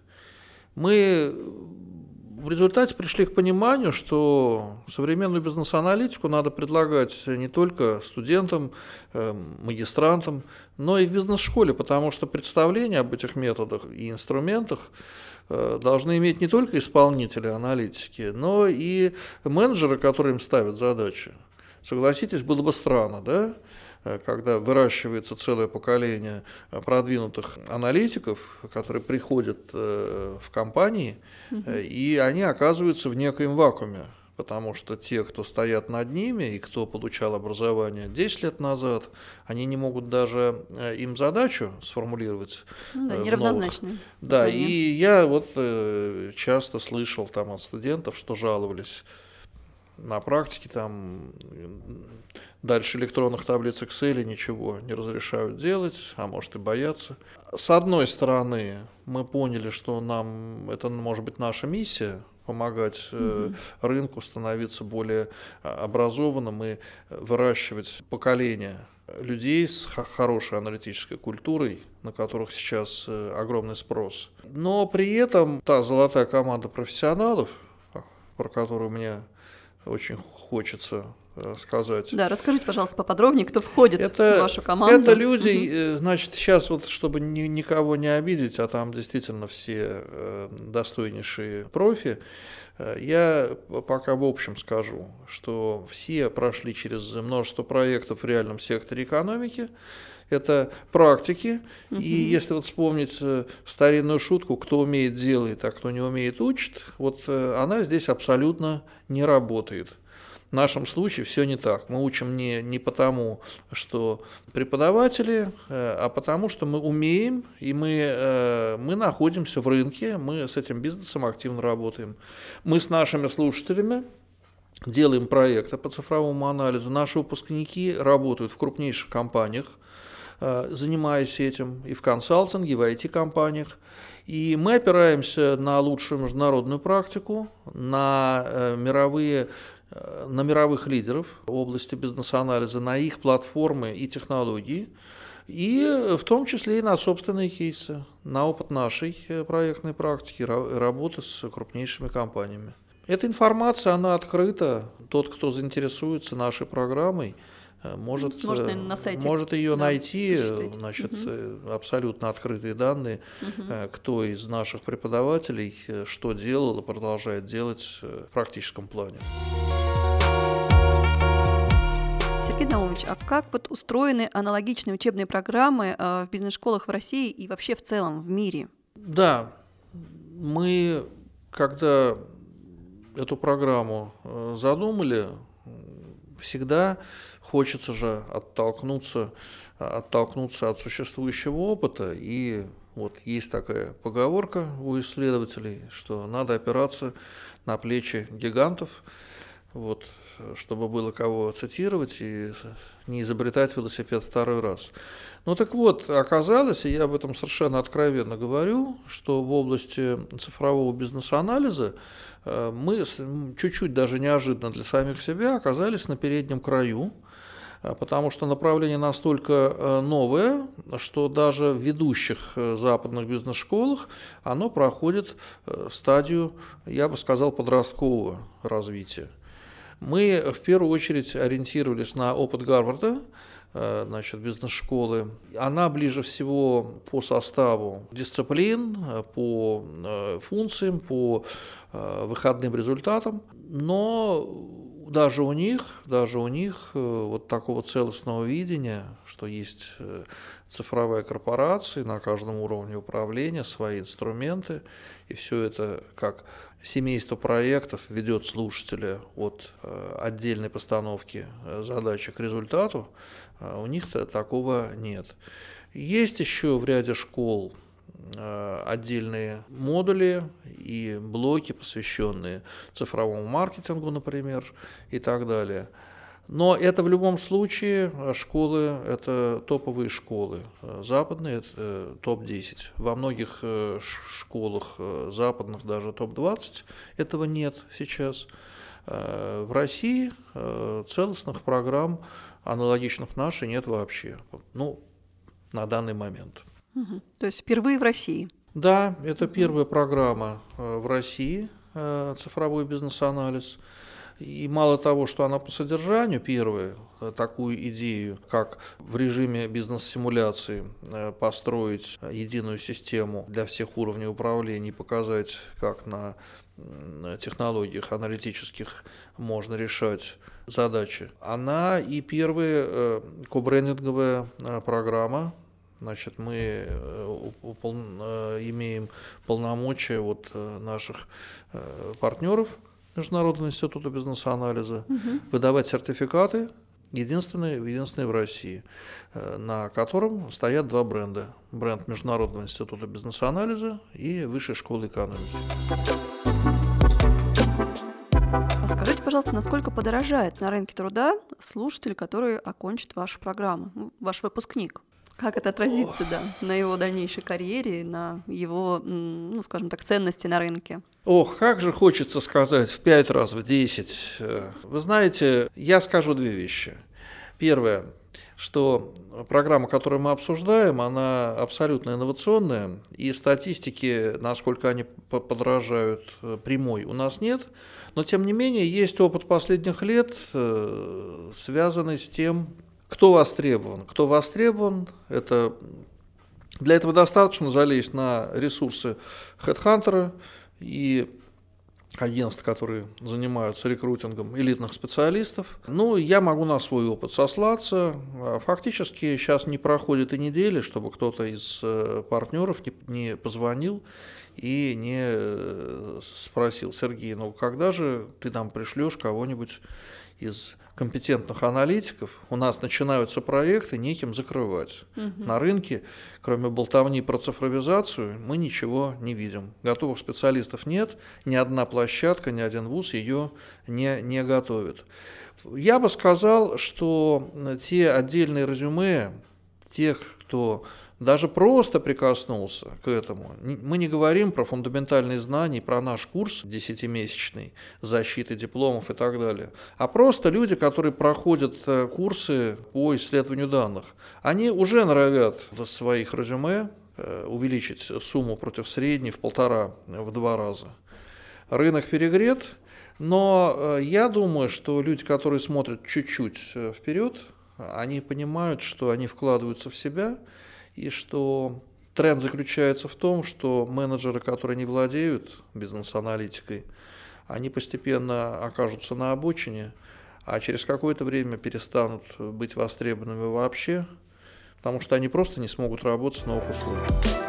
Мы в результате пришли к пониманию, что современную бизнес-аналитику надо предлагать не только студентам, магистрантам, но и в бизнес-школе, потому что представления об этих методах и инструментах должны иметь не только исполнители аналитики, но и менеджеры, которые им ставят задачи. Согласитесь, было бы странно, да? Когда выращивается целое поколение продвинутых аналитиков, которые приходят в компании, mm-hmm. и они оказываются в некоем вакууме, потому что те, кто стоят над ними и кто получал образование десять лет назад, они не могут даже им задачу сформулировать. Да, неравнозначные. Да, и я вот часто слышал там от студентов, что жаловались на практике, там дальше электронных таблиц Excel ничего не разрешают делать, а может и боятся. С одной стороны, мы поняли, что нам это может быть наша миссия, помогать mm-hmm. рынку становиться более образованным и выращивать поколение людей с хорошей аналитической культурой, на которых сейчас огромный спрос. Но при этом та золотая команда профессионалов, про которую мне очень хочется сказать. Да, расскажите, пожалуйста, поподробнее, кто входит это, в вашу команду. Это люди, угу. значит, сейчас вот, чтобы ни, никого не обидеть, а там действительно все э, достойнейшие профи, э, я пока в общем скажу, что все прошли через множество проектов в реальном секторе экономики. Это практики, угу. и если вот вспомнить старинную шутку, кто умеет делает, а кто не умеет учит, вот она здесь абсолютно не работает. В нашем случае все не так. Мы учим не, не потому, что преподаватели, а потому, что мы умеем, и мы, мы находимся в рынке, мы с этим бизнесом активно работаем. Мы с нашими слушателями делаем проекты по цифровому анализу. Наши выпускники работают в крупнейших компаниях, занимаясь этим и в консалтинге, и в ай ти-компаниях. И мы опираемся на лучшую международную практику, на мировые, на мировых лидеров в области бизнес-анализа, на их платформы и технологии, и в том числе и на собственные кейсы, на опыт нашей проектной практики, работы с крупнейшими компаниями. Эта информация, она открыта. Тот, кто заинтересуется нашей программой, может, Можно на сайте, может ее да, найти, почитать. Значит, угу. абсолютно открытые данные, угу. кто из наших преподавателей что делал и продолжает делать в практическом плане. Наумович, а как вот устроены аналогичные учебные программы в бизнес-школах в России и вообще в целом в мире? Да, мы, когда эту программу задумали, всегда хочется же оттолкнуться, оттолкнуться от существующего опыта. И вот есть такая поговорка у исследователей, что надо опираться на плечи гигантов, вот, чтобы было кого цитировать и не изобретать велосипед второй раз. Ну так вот, оказалось, и я об этом совершенно откровенно говорю, что в области цифрового бизнес-анализа мы чуть-чуть даже неожиданно для самих себя оказались на переднем краю, потому что направление настолько новое, что даже в ведущих западных бизнес-школах оно проходит стадию, я бы сказал, подросткового развития. Мы в первую очередь ориентировались на опыт Гарварда, значит, бизнес-школы. Она ближе всего по составу дисциплин, по функциям, по выходным результатам, но даже у них, даже у них вот такого целостного видения, что есть цифровая корпорация, на каждом уровне управления свои инструменты, и все это как семейство проектов ведет слушателя от отдельной постановки задачи к результату, у них-то такого нет. Есть еще в ряде школ отдельные модули и блоки, посвященные цифровому маркетингу, например, и так далее. Но это в любом случае школы, это топовые школы. Западные – это топ десять. Во многих школах западных даже топ двадцать этого нет сейчас. В России целостных программ, аналогичных нашей, нет вообще. Ну, на данный момент. Угу. То есть впервые в России? Да, это первая программа в России, цифровой бизнес-анализ. И мало того, что она по содержанию первая, такую идею, как в режиме бизнес-симуляции построить единую систему для всех уровней управления и показать, как на технологиях аналитических можно решать задачи. Она и первая кобрендинговая программа. Значит, мы имеем полномочия от наших партнеров Международного института бизнес-анализа угу. выдавать сертификаты, единственные, единственные в России, на котором стоят два бренда. Бренд Международного института бизнес-анализа и Высшей школы экономики. Скажите, пожалуйста, насколько подорожает на рынке труда слушатель, который окончит вашу программу, ваш выпускник? Как это отразится, да, на его дальнейшей карьере, на его, ну, скажем так, ценности на рынке? Ох, как же хочется сказать в пять раз, в десять. Вы знаете, я скажу две вещи. Первое, что программа, которую мы обсуждаем, она абсолютно инновационная, и статистики, насколько они подорожают, прямой у нас нет, но тем не менее есть опыт последних лет, связанный с тем, кто востребован. Кто востребован, это для этого достаточно залезть на ресурсы HeadHunter и агентств, которые занимаются рекрутингом элитных специалистов. Ну, я могу на свой опыт сослаться. Фактически сейчас не проходит и недели, чтобы кто-то из партнеров не позвонил и не спросил: Сергей, ну когда же ты нам пришлешь кого-нибудь из компетентных аналитиков, у нас начинаются проекты, неким закрывать. Угу. На рынке, кроме болтовни про цифровизацию, мы ничего не видим. Готовых специалистов нет, ни одна площадка, ни один вуз ее не, не готовит. Я бы сказал, что те отдельные резюме тех, кто даже просто прикоснулся к этому. Мы не говорим про фундаментальные знания, про наш курс десятимесячный, защиты дипломов и так далее, а просто люди, которые проходят курсы по исследованию данных. Они уже норовят в своих резюме увеличить сумму против средней в полтора, в два раза. Рынок перегрет, но я думаю, что люди, которые смотрят чуть-чуть вперед, они понимают, что они вкладываются в себя, и что тренд заключается в том, что менеджеры, которые не владеют бизнес-аналитикой, они постепенно окажутся на обочине, а через какое-то время перестанут быть востребованными вообще, потому что они просто не смогут работать в новых условиях.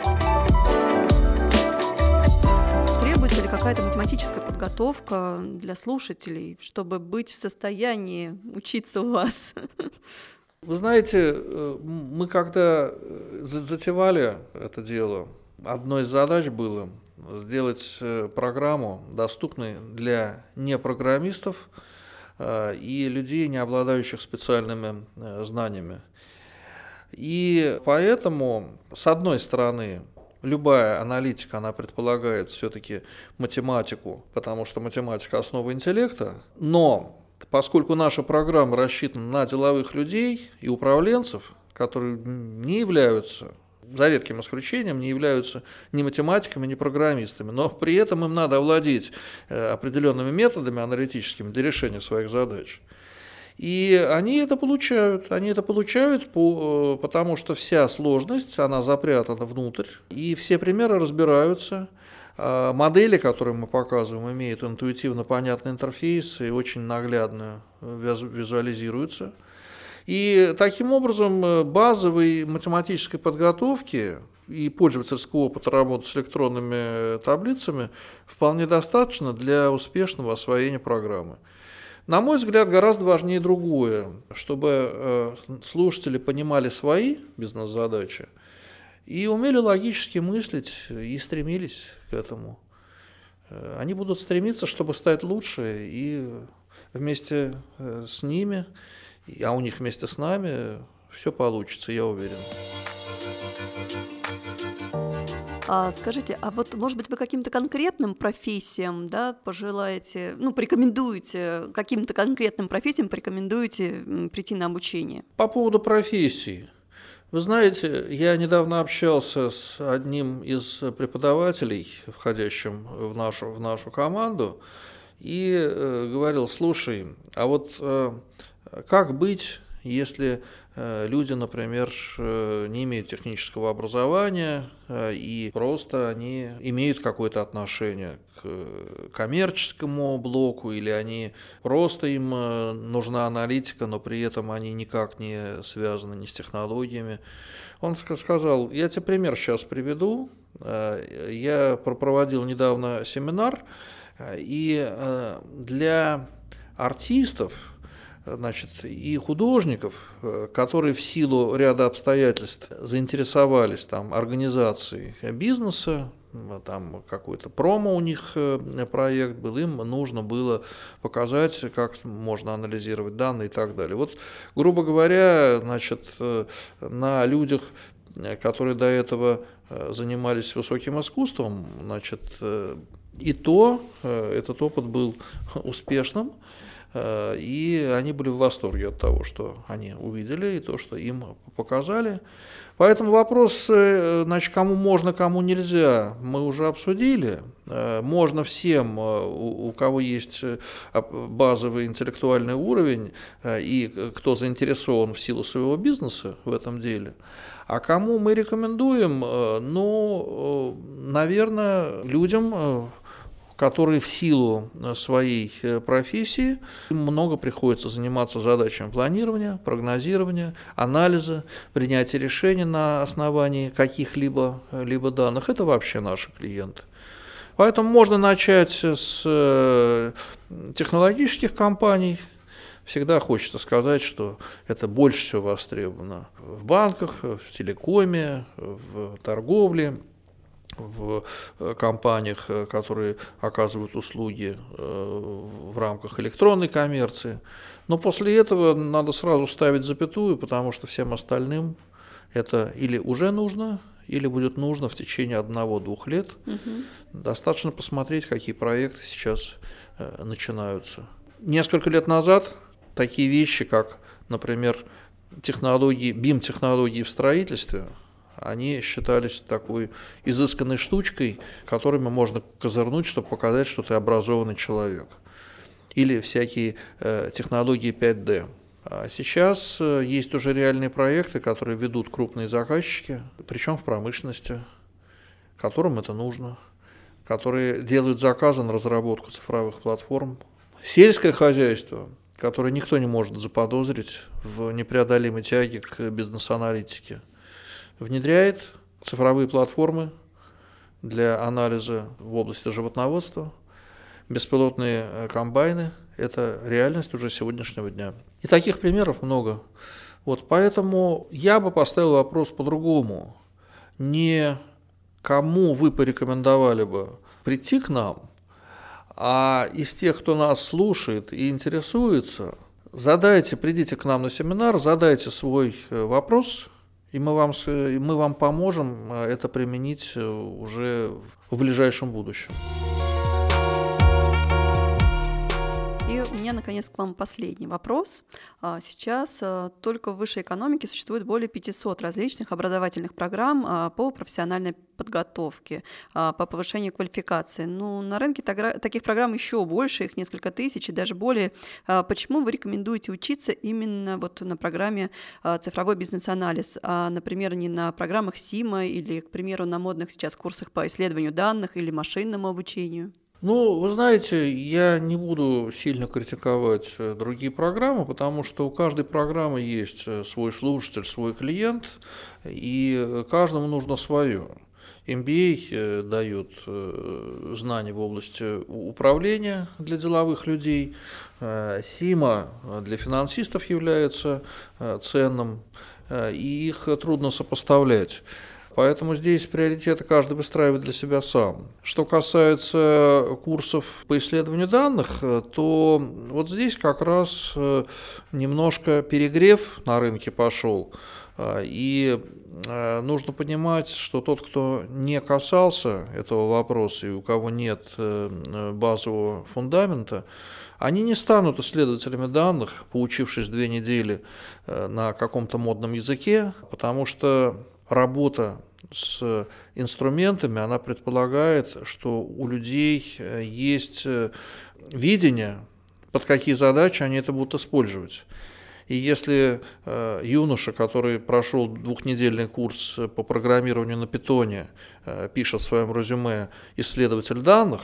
Требуется ли какая-то математическая подготовка для слушателей, чтобы быть в состоянии учиться у вас? Вы знаете, мы когда затевали это дело, одной из задач было сделать программу доступной для непрограммистов и людей, не обладающих специальными знаниями. И поэтому, с одной стороны, любая аналитика, она предполагает все-таки математику, потому что математика – основа интеллекта, но поскольку наша программа рассчитана на деловых людей и управленцев, которые не являются, за редким исключением, не являются ни математиками, ни программистами, но при этом им надо овладеть определенными методами аналитическими для решения своих задач. И они это получают, они это получают, по, потому что вся сложность, она запрятана внутрь, и все примеры разбираются. Модели, которые мы показываем, имеют интуитивно понятный интерфейс и очень наглядно визуализируются. И таким образом базовой математической подготовки и пользовательского опыта работы с электронными таблицами вполне достаточно для успешного освоения программы. На мой взгляд, гораздо важнее другое, чтобы слушатели понимали свои бизнес-задачи и умели логически мыслить и стремились к этому. Они будут стремиться, чтобы стать лучше, и вместе с ними, а у них вместе с нами все получится, я уверен. А скажите, а вот, может быть, вы каким-то конкретным профессиям, да, пожелаете, ну, порекомендуете, каким-то конкретным профессиям порекомендуете прийти на обучение? По поводу профессий. Вы знаете, я недавно общался с одним из преподавателей, входящим в нашу, в нашу команду, и э, говорил: слушай, а вот э, как быть, если э, люди, например, э, не имеют технического образования э, и просто они имеют какое-то отношение к коммерческому блоку, или они просто им э, нужна аналитика, но при этом они никак не связаны ни с технологиями. Он сказал: я тебе пример сейчас приведу. Э, я проводил недавно семинар, э, и э, для артистов, значит, и художников, которые в силу ряда обстоятельств заинтересовались там организацией бизнеса, там какой-то промо у них проект был, им нужно было показать, как можно анализировать данные и так далее. Вот, грубо говоря, значит, на людях, которые до этого занимались высоким искусством, значит, и то этот опыт был успешным. И они были в восторге от того, что они увидели, и то, что им показали. Поэтому вопрос, значит, кому можно, кому нельзя, мы уже обсудили. Можно всем, у кого есть базовый интеллектуальный уровень и кто заинтересован в силу своего бизнеса в этом деле. А кому мы рекомендуем? Ну, наверное, людям, которые в силу своей профессии много приходится заниматься задачами планирования, прогнозирования, анализа, принятия решений на основании каких-либо либо данных. Это вообще наши клиенты. Поэтому можно начать с технологических компаний. Всегда хочется сказать, что это больше всего востребовано в банках, в телекоме, в торговле, в компаниях, которые оказывают услуги в рамках электронной коммерции. Но после этого надо сразу ставить запятую, потому что всем остальным это или уже нужно, или будет нужно в течение одного-двух лет. Угу. Достаточно посмотреть, какие проекты сейчас начинаются. Несколько лет назад такие вещи, как, например, технологии, бим-технологии в строительстве, они считались такой изысканной штучкой, которыми можно козырнуть, чтобы показать, что ты образованный человек. Или всякие э, технологии пять дэ. А сейчас э, есть уже реальные проекты, которые ведут крупные заказчики, причем в промышленности, которым это нужно, которые делают заказы на разработку цифровых платформ. Сельское хозяйство, которые никто не может заподозрить в непреодолимой тяге к бизнес-аналитике. Внедряет цифровые платформы для анализа в области животноводства, беспилотные комбайны – это реальность уже сегодняшнего дня. И таких примеров много. Вот, поэтому я бы поставил вопрос по-другому. Не кому вы порекомендовали бы прийти к нам, а из тех, кто нас слушает и интересуется, задайте, придите к нам на семинар, задайте свой вопрос, и мы вам, и мы вам поможем это применить уже в ближайшем будущем. И у меня, наконец, к вам последний вопрос. Сейчас только в высшей экономике существует более пятисот различных образовательных программ по профессиональной подготовке, по повышению квалификации. Ну, на рынке таких программ еще больше, их несколько тысяч и даже более. Почему вы рекомендуете учиться именно вот на программе «Цифровой бизнес-анализ», а, например, не на программах СИМа или, к примеру, на модных сейчас курсах по исследованию данных или машинному обучению? Ну, вы знаете, я не буду сильно критиковать другие программы, потому что у каждой программы есть свой слушатель, свой клиент, и каждому нужно свое. эм би эй дает знания в области управления для деловых людей, СИМа для финансистов является ценным, и их трудно сопоставлять. Поэтому здесь приоритеты каждый выстраивает для себя сам. Что касается курсов по исследованию данных, то вот здесь как раз немножко перегрев на рынке пошел. И нужно понимать, что тот, кто не касался этого вопроса и у кого нет базового фундамента, они не станут исследователями данных, поучившись две недели на каком-то модном языке, потому что работа с инструментами, она предполагает, что у людей есть видение, под какие задачи они это будут использовать. И если э, юноша, который прошел двухнедельный курс по программированию на питоне, э, пишет в своем резюме «исследователь данных»,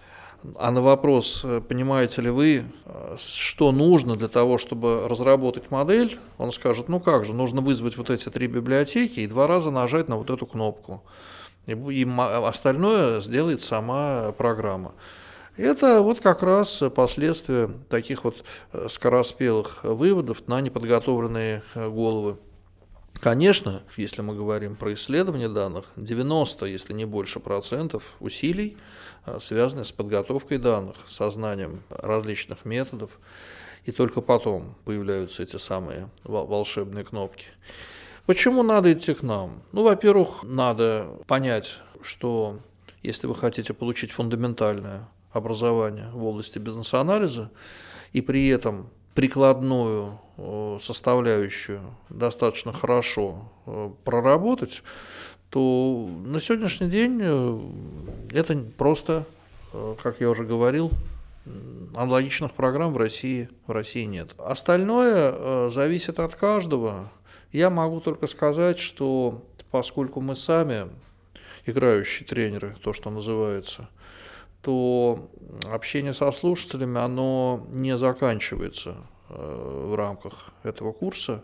а на вопрос, понимаете ли вы, что нужно для того, чтобы разработать модель, он скажет, ну как же, нужно вызвать вот эти три библиотеки и два раза нажать на вот эту кнопку. И, и остальное сделает сама программа. Это вот как раз последствия таких вот скороспелых выводов на неподготовленные головы. Конечно, если мы говорим про исследование данных, девяносто, если не больше процентов усилий связаны с подготовкой данных, со знанием различных методов, и только потом появляются эти самые волшебные кнопки. Почему надо идти к нам? Ну, во-первых, надо понять, что если вы хотите получить фундаментальное образование в области бизнес-анализа и при этом прикладную составляющую достаточно хорошо проработать, то на сегодняшний день это просто, как я уже говорил, аналогичных программ в России, в России нет. Остальное зависит от каждого. Я могу только сказать, что поскольку мы сами играющие тренеры, то, что называется, то общение со слушателями, оно не заканчивается в рамках этого курса,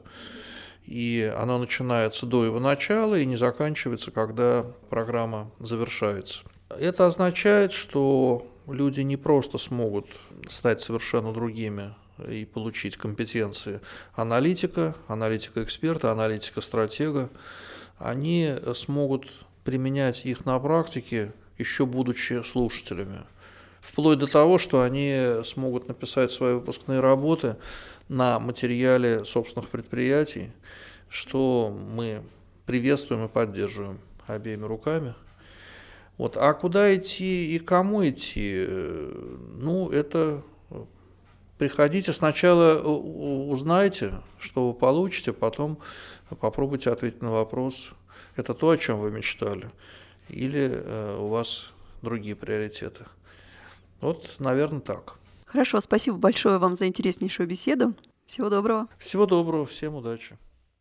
и оно начинается до его начала и не заканчивается, когда программа завершается. Это означает, что люди не просто смогут стать совершенно другими и получить компетенции аналитика, аналитика-эксперта, аналитика-стратега, они смогут применять их на практике, еще будучи слушателями. Вплоть до того, что они смогут написать свои выпускные работы на материале собственных предприятий, что мы приветствуем и поддерживаем обеими руками. Вот. А куда идти и кому идти? Ну, это приходите, сначала узнайте, что вы получите, потом попробуйте ответить на вопрос, это то, о чем вы мечтали, или у вас другие приоритеты. Вот, наверное, так. Хорошо, спасибо большое вам за интереснейшую беседу. Всего доброго. Всего доброго, всем удачи.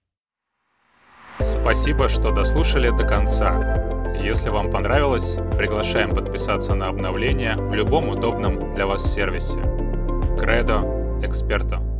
Спасибо, что дослушали до конца. Если вам понравилось, приглашаем подписаться на обновления в любом удобном для вас сервисе. Кредо, эксперта.